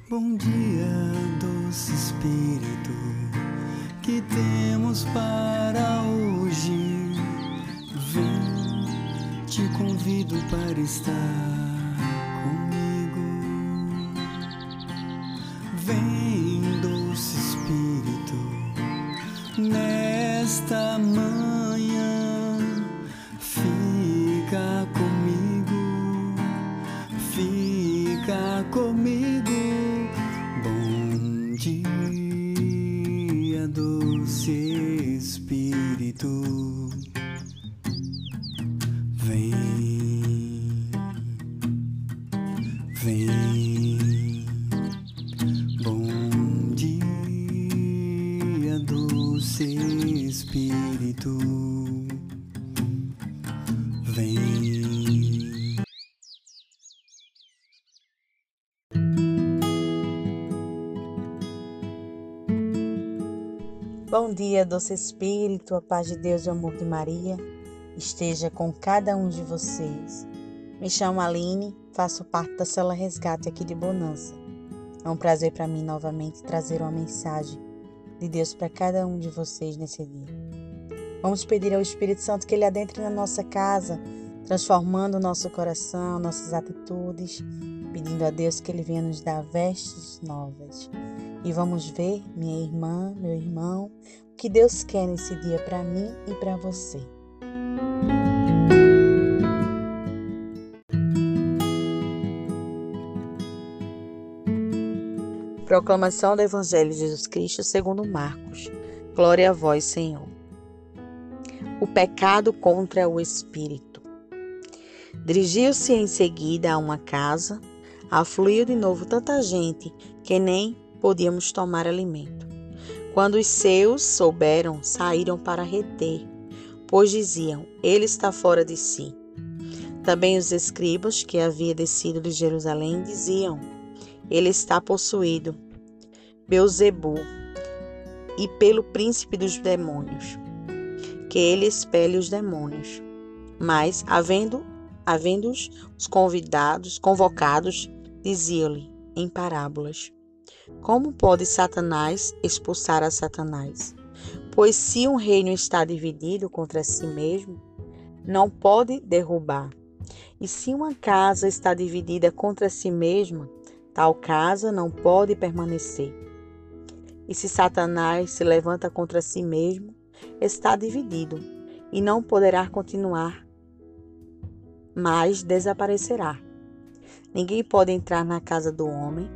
Bom dia, doce Espírito, que temos para hoje. Vem, te convido para estar comigo. Vem, doce Espírito, nesta manhã, fica comigo, fica comigo. Bom dia, doce Espírito, vem, vem. Bom dia, doce Espírito, vem. Bom dia, doce Espírito, a paz de Deus e o amor de Maria esteja com cada um de vocês. Me chamo Aline, faço parte da Célula Resgate aqui de Bonança. É um prazer para mim novamente trazer uma mensagem de Deus para cada um de vocês nesse dia. Vamos pedir ao Espírito Santo que Ele adentre na nossa casa, transformando o nosso coração, nossas atitudes, pedindo a Deus que Ele venha nos dar vestes novas. E vamos ver, minha irmã, meu irmão, o que Deus quer nesse dia para mim e para você. Proclamação do Evangelho de Jesus Cristo segundo Marcos. Glória a vós, Senhor. O pecado contra o Espírito. Dirigiu-se em seguida a uma casa, afluiu de novo tanta gente que nem podíamos tomar alimento. Quando os seus souberam, saíram para reter, pois diziam, ele está fora de si. Também os escribas que havia descido de Jerusalém diziam, ele está possuído, Beelzebu, e pelo príncipe dos demônios, que ele expele os demônios. Mas, havendo-os os convocados, diziam-lhe em parábolas, como pode Satanás expulsar a Satanás? Pois se um reino está dividido contra si mesmo, não pode derrubar. E se uma casa está dividida contra si mesma, tal casa não pode permanecer. E se Satanás se levanta contra si mesmo, está dividido e não poderá continuar, mas desaparecerá. Ninguém pode entrar na casa do homem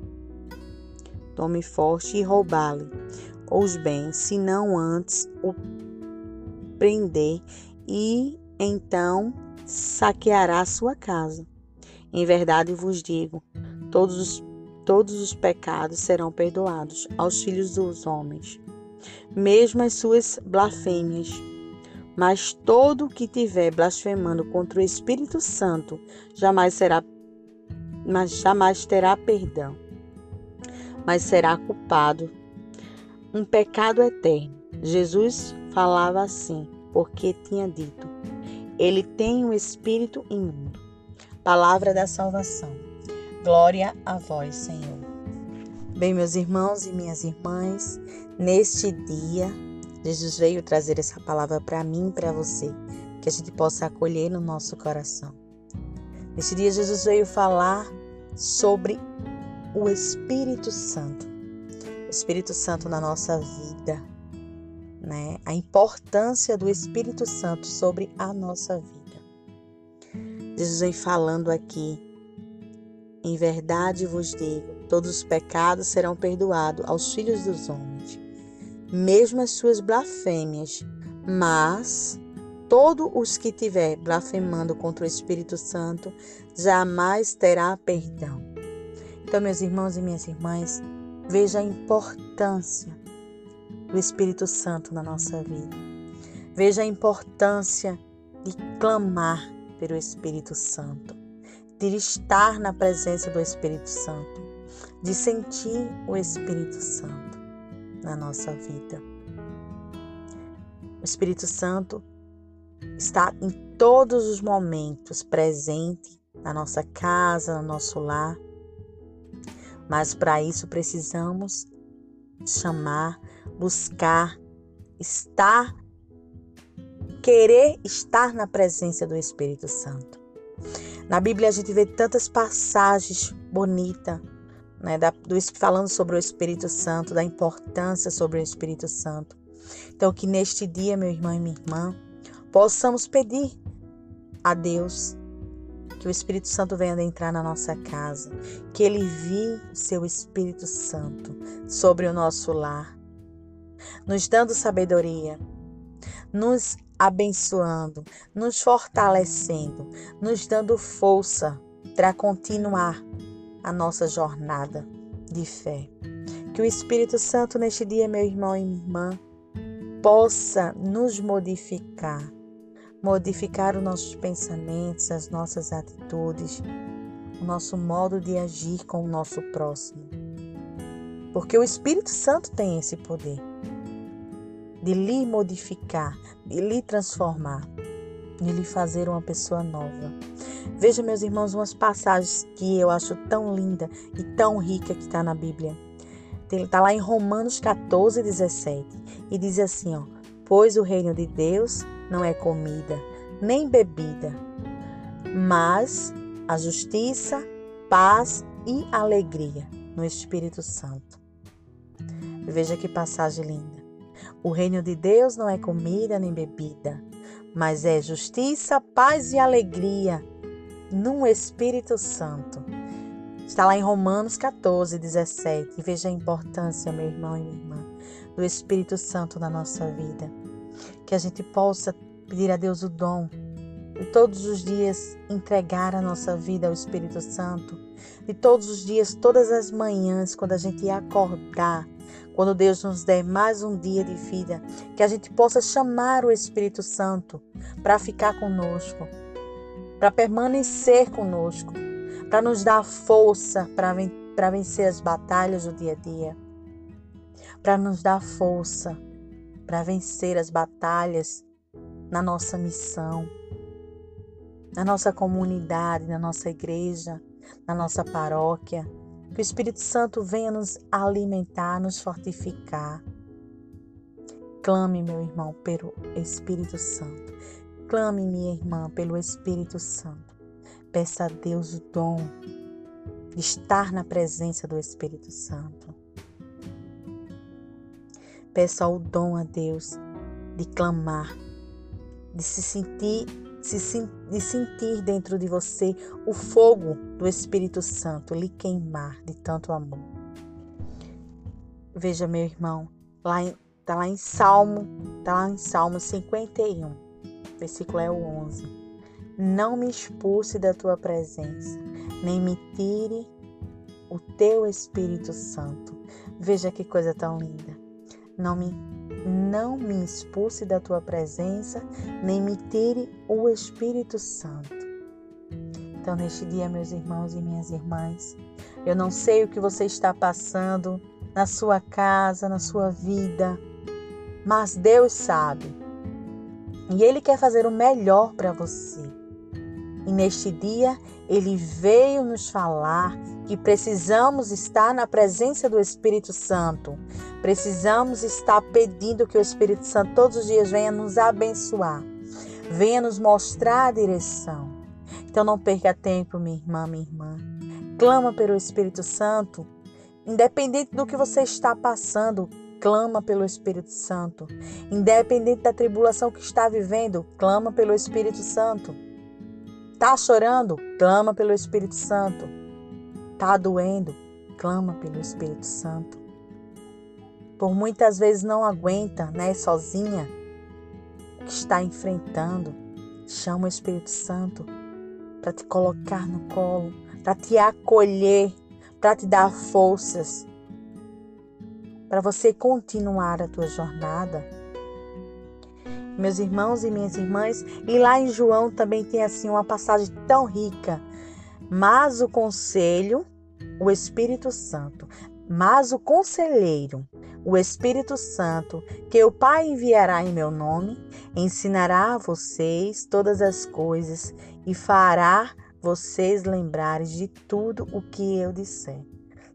forte e roubá-lhe os bens, senão antes o prender e então saqueará a sua casa. Em verdade vos digo, todos os pecados serão perdoados aos filhos dos homens, mesmo as suas blasfêmias. Mas todo o que tiver blasfemando contra o Espírito Santo jamais terá perdão, mas será culpado. Um pecado eterno. Jesus falava assim, porque tinha dito, ele tem um espírito imundo. Palavra da salvação. Glória a vós, Senhor. Bem, meus irmãos e minhas irmãs, neste dia, Jesus veio trazer essa palavra para mim e para você, que a gente possa acolher no nosso coração. Neste dia, Jesus veio falar sobre o Espírito Santo. O Espírito Santo na nossa vida, né? A importância do Espírito Santo sobre a nossa vida. Jesus vem falando aqui, em verdade vos digo, todos os pecados serão perdoados aos filhos dos homens, mesmo as suas blasfêmias, mas todos os que tiver blasfemando contra o Espírito Santo jamais terá perdão. Então, meus irmãos e minhas irmãs, veja a importância do Espírito Santo na nossa vida. Veja a importância de clamar pelo Espírito Santo, de estar na presença do Espírito Santo, de sentir o Espírito Santo na nossa vida. O Espírito Santo está em todos os momentos presente na nossa casa, no nosso lar. Mas para isso precisamos chamar, buscar, querer estar na presença do Espírito Santo. Na Bíblia a gente vê tantas passagens bonitas, né, falando sobre o Espírito Santo, da importância sobre o Espírito Santo. Então que neste dia, meu irmão e minha irmã, possamos pedir a Deus que o Espírito Santo venha adentrar na nossa casa, que Ele envie o seu Espírito Santo sobre o nosso lar, nos dando sabedoria, nos abençoando, nos fortalecendo, nos dando força para continuar a nossa jornada de fé. Que o Espírito Santo neste dia, meu irmão e minha irmã, possa nos modificar os nossos pensamentos, as nossas atitudes, o nosso modo de agir com o nosso próximo. Porque o Espírito Santo tem esse poder de lhe modificar, de lhe transformar, de lhe fazer uma pessoa nova. Veja, meus irmãos, umas passagens que eu acho tão linda e tão rica que está na Bíblia. Está lá em Romanos 14, 17. E diz assim, pois o reino de Deus não é comida, nem bebida, mas a justiça, paz e alegria no Espírito Santo. Veja que passagem linda. O reino de Deus não é comida nem bebida, mas é justiça, paz e alegria no Espírito Santo. Está lá em Romanos 14, 17. E veja a importância, meu irmão e minha irmã, do Espírito Santo na nossa vida. Que a gente possa pedir a Deus o dom de todos os dias entregar a nossa vida ao Espírito Santo. De todos os dias, todas as manhãs, quando a gente acordar, quando Deus nos der mais um dia de vida, que a gente possa chamar o Espírito Santo para ficar conosco, para permanecer conosco, para nos dar força para vencer as batalhas do dia a dia, para nos dar força para vencer as batalhas na nossa missão, na nossa comunidade, na nossa igreja, na nossa paróquia. Que o Espírito Santo venha nos alimentar, nos fortificar. Clame, meu irmão, pelo Espírito Santo. Clame, minha irmã, pelo Espírito Santo. Peça a Deus o dom de estar na presença do Espírito Santo. Peça o dom a Deus de clamar, de sentir dentro de você o fogo do Espírito Santo lhe queimar de tanto amor. Veja, meu irmão, está lá em Salmo 51, versículo 11. Não me expulse da tua presença, nem me tire o teu Espírito Santo. Veja que coisa tão linda. Não me expulse da tua presença, nem me tire o Espírito Santo. Então, neste dia, meus irmãos e minhas irmãs, eu não sei o que você está passando na sua casa, na sua vida, mas Deus sabe. E Ele quer fazer o melhor para você. E neste dia, Ele veio nos falar que precisamos estar na presença do Espírito Santo. Precisamos estar pedindo que o Espírito Santo todos os dias venha nos abençoar, venha nos mostrar a direção. Então não perca tempo, minha irmã. Clama pelo Espírito Santo, independente do que você está passando, clama pelo Espírito Santo. Independente da tribulação que está vivendo, clama pelo Espírito Santo. Está chorando? Clama pelo Espírito Santo. Está doendo? Clama pelo Espírito Santo. Por muitas vezes não aguenta, sozinha, o que está enfrentando. Chama o Espírito Santo para te colocar no colo, para te acolher, para te dar forças, para você continuar a tua jornada. Meus irmãos e minhas irmãs, e lá em João também tem assim uma passagem tão rica. Mas o conselho, o Espírito Santo, mas o conselheiro, o Espírito Santo, que o Pai enviará em meu nome, ensinará a vocês todas as coisas e fará vocês lembrarem de tudo o que eu disser.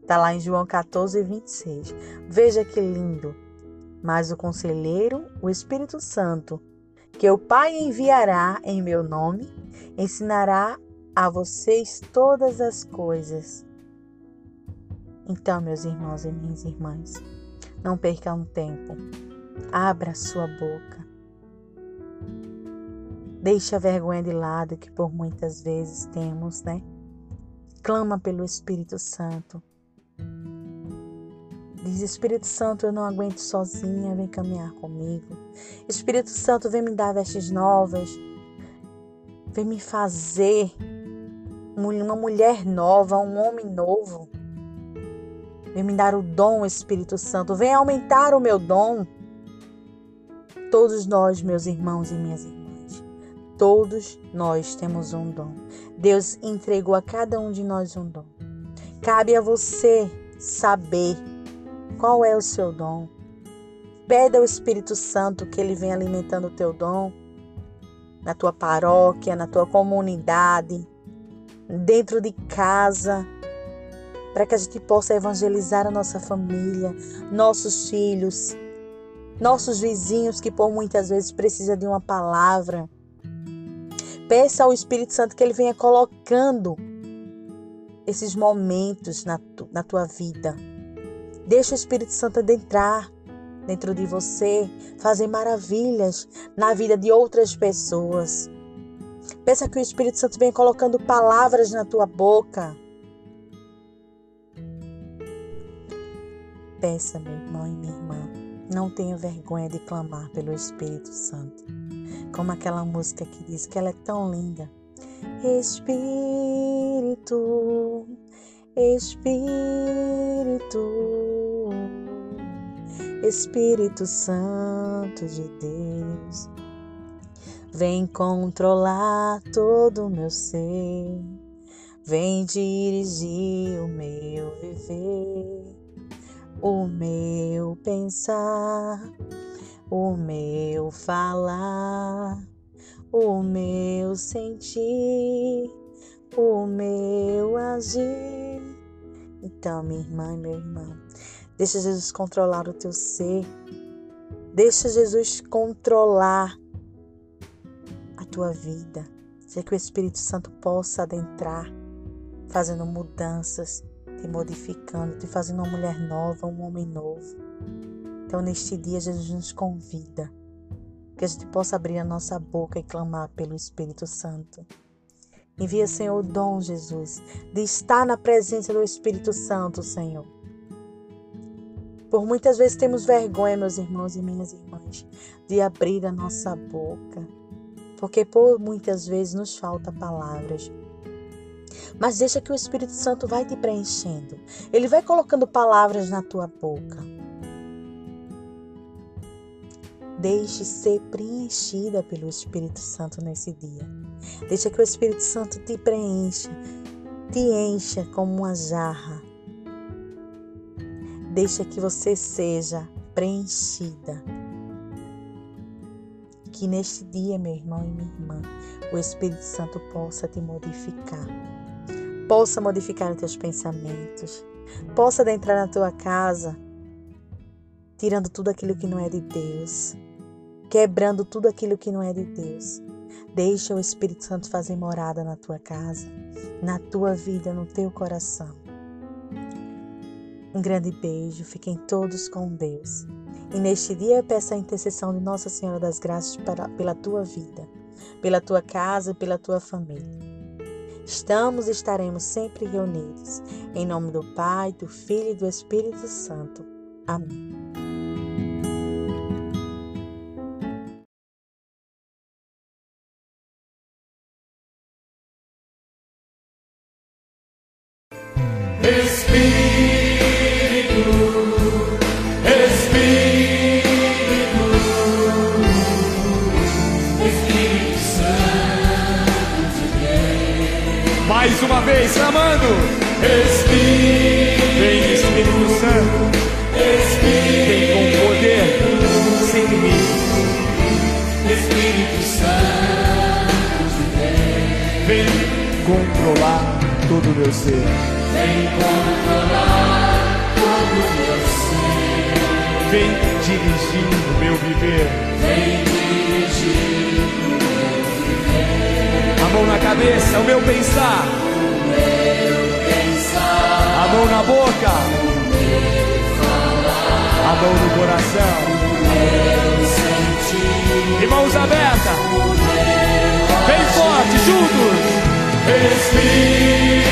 Está lá em João 14, 26. Veja que lindo. Mas o Conselheiro, o Espírito Santo, que o Pai enviará em meu nome, ensinará a vocês todas as coisas. Então, meus irmãos e minhas irmãs, não percam tempo. Abra sua boca. Deixe a vergonha de lado que por muitas vezes temos, né? Clama pelo Espírito Santo. Diz: Espírito Santo, eu não aguento sozinha, vem caminhar comigo. Espírito Santo, vem me dar vestes novas. Vem me fazer uma mulher nova, um homem novo. Vem me dar o dom, Espírito Santo. Vem aumentar o meu dom. Todos nós, meus irmãos e minhas irmãs, todos nós temos um dom. Deus entregou a cada um de nós um dom. Cabe a você saber qual é o seu dom. Pede ao Espírito Santo que Ele venha alimentando o teu dom na tua paróquia, na tua comunidade, dentro de casa, para que a gente possa evangelizar a nossa família, nossos filhos, nossos vizinhos que por muitas vezes precisam de uma palavra. Peça ao Espírito Santo que Ele venha colocando esses momentos na tua vida. Deixa o Espírito Santo adentrar dentro de você, fazer maravilhas na vida de outras pessoas. Peça que o Espírito Santo venha colocando palavras na tua boca. Peça, meu irmão e minha irmã, não tenha vergonha de clamar pelo Espírito Santo. Como aquela música que diz que ela é tão linda. Espírito, Espírito, Espírito Santo de Deus, vem controlar todo o meu ser, vem dirigir o meu viver, o meu pensar, o meu falar, o meu sentir, o meu agir. Então, minha irmã e meu irmão, deixa Jesus controlar o teu ser. Deixa Jesus controlar a tua vida. Deixa que o Espírito Santo possa adentrar, fazendo mudanças, te modificando, te fazendo uma mulher nova, um homem novo. Então, neste dia, Jesus nos convida que a gente possa abrir a nossa boca e clamar pelo Espírito Santo. Envia, Senhor, o dom, Jesus, de estar na presença do Espírito Santo, Senhor. Por muitas vezes temos vergonha, meus irmãos e minhas irmãs, de abrir a nossa boca, porque por muitas vezes nos falta palavras. Mas deixa que o Espírito Santo vai te preenchendo. Ele vai colocando palavras na tua boca. Deixe ser preenchida pelo Espírito Santo nesse dia. Deixa que o Espírito Santo te preencha, te encha como uma jarra. Deixa que você seja preenchida. Que neste dia, meu irmão e minha irmã, o Espírito Santo possa te modificar. Possa modificar os teus pensamentos. Possa adentrar na tua casa, tirando tudo aquilo que não é de Deus. Quebrando tudo aquilo que não é de Deus. Deixa o Espírito Santo fazer morada na tua casa, na tua vida, no teu coração. Um grande beijo, fiquem todos com Deus. E neste dia eu peço a intercessão de Nossa Senhora das Graças pela tua vida, pela tua casa e pela tua família. Estamos e estaremos sempre reunidos. Em nome do Pai, do Filho e do Espírito Santo. Amém. Mais uma vez, clamando. Espírito, vem Espírito Santo, Espírito, vem com poder, sem limite. Espírito Santo, vem controlar todo o meu ser. Vem controlar dirigindo o meu viver. vem dirigindo o meu viver. A mão na cabeça, o meu pensar. O meu pensar, A mão na boca, o meu falar, a mão no coração. o meu sentir, E mãos abertas. o meu Bem forte, juntos. Espírito,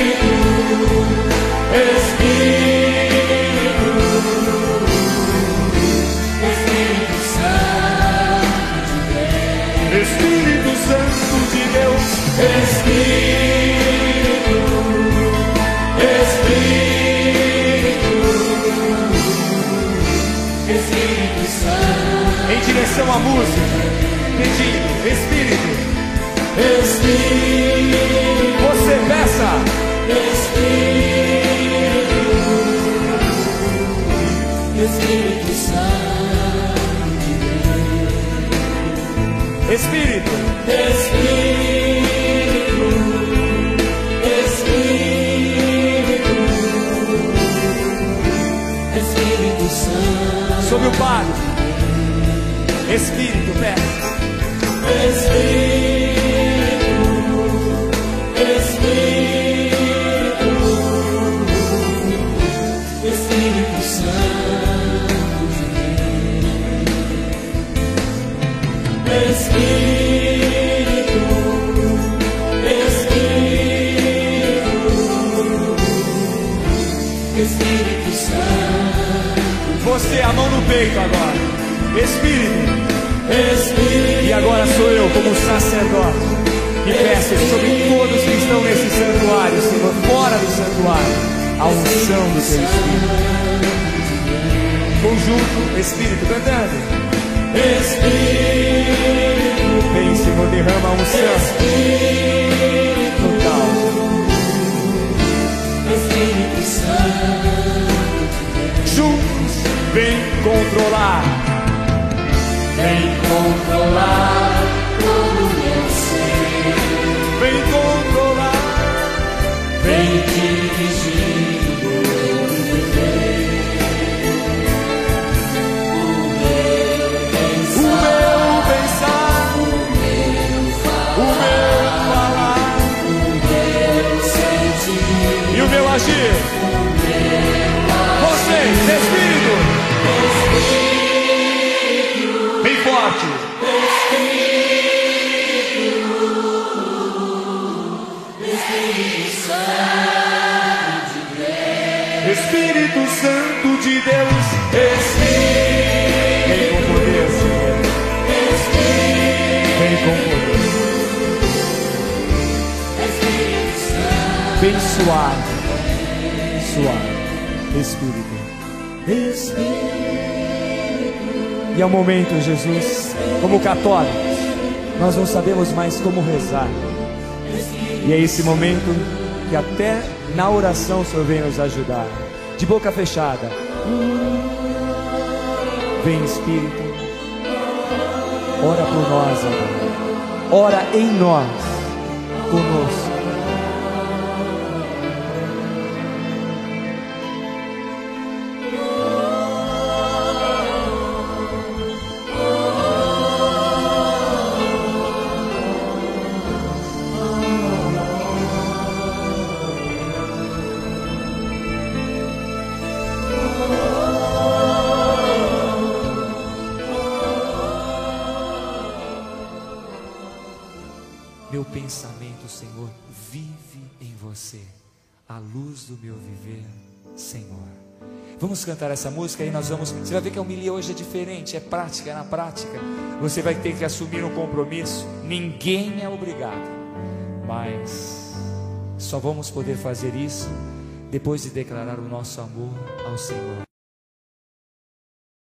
Espírito, Espírito Santo de Deus, Espírito Santo de Deus. Espírito, Espírito, Espírito Santo, Em direção à música, pedindo, Espírito, Espírito, você peça. Espírito Santo de Deus, Espírito, Espírito, Espírito, Espírito Santo, sobre o Pai. Espírito, peça. Espírito, Espírito, Espírito Santo de Deus, Espírito, Espírito, Espírito Santo, Você, a mão no peito agora. Espírito. Espírito, E agora sou eu, como sacerdote, que peço sobre todos que estão nesse santuário, Senhor, fora do santuário, a unção do Teu Espírito. Conjunto, Espírito, cantando. Espírito, Vem, Senhor, derrama a unção total. Espírito Santo, Juntos, vem controlar. vem controlar todo o meu ser, Vem controlar. vem dirigir o meu viver, O o meu meu pensar, pensar, o o meu meu falar o meu sentir, e o meu agir. Vocês, Espírito. Bem forte. Espírito Santo de Deus. Vem com poder, Senhor. Vem com poder. Bem suave. Suave. Espírito. E é o momento, Jesus, como católicos, nós não sabemos mais como rezar. E é esse momento que até na oração o Senhor vem nos ajudar. De boca fechada. Vem, Espírito. Ora por nós agora. Ora em nós. Conosco. Meu pensamento, Senhor, vive em você, a luz do meu viver, Senhor. Vamos cantar essa música e nós vamos. Você vai ver que a homilia hoje é diferente, é prática, é na prática. Você vai ter que assumir um compromisso. Ninguém é obrigado, mas só vamos poder fazer isso depois de declarar o nosso amor ao Senhor.